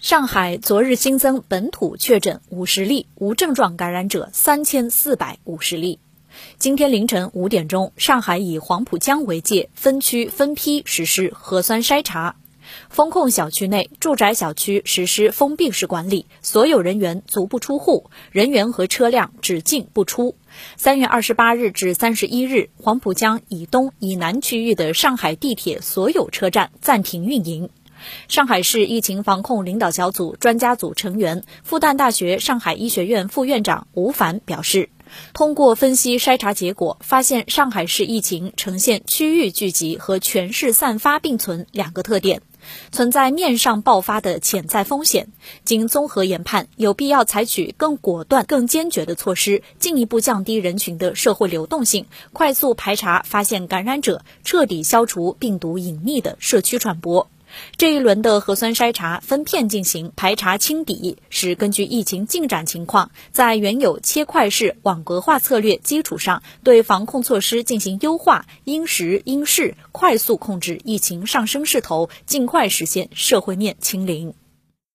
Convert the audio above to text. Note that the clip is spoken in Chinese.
上海昨日新增本土确诊50例，无症状感染者3450例。今天凌晨5点钟，上海以黄浦江为界，分区分批实施核酸筛查。封控小区内，住宅小区实施封闭式管理，所有人员足不出户，人员和车辆只进不出。3月28日至31日，黄浦江以东、以南区域的上海地铁所有车站暂停运营。上海市疫情防控领导小组专家组成员、复旦大学上海医学院副院长吴凡表示，通过分析筛查结果，发现上海市疫情呈现区域聚集和全市散发并存两个特点，存在面上爆发的潜在风险。经综合研判，有必要采取更果断、更坚决的措施，进一步降低人群的社会流动性，快速排查发现感染者，彻底消除病毒隐匿的社区传播。这一轮的核酸筛查分片进行排查清底，是根据疫情进展情况，在原有切块式网格化策略基础上，对防控措施进行优化，因时因势快速控制疫情上升势头，尽快实现社会面清零。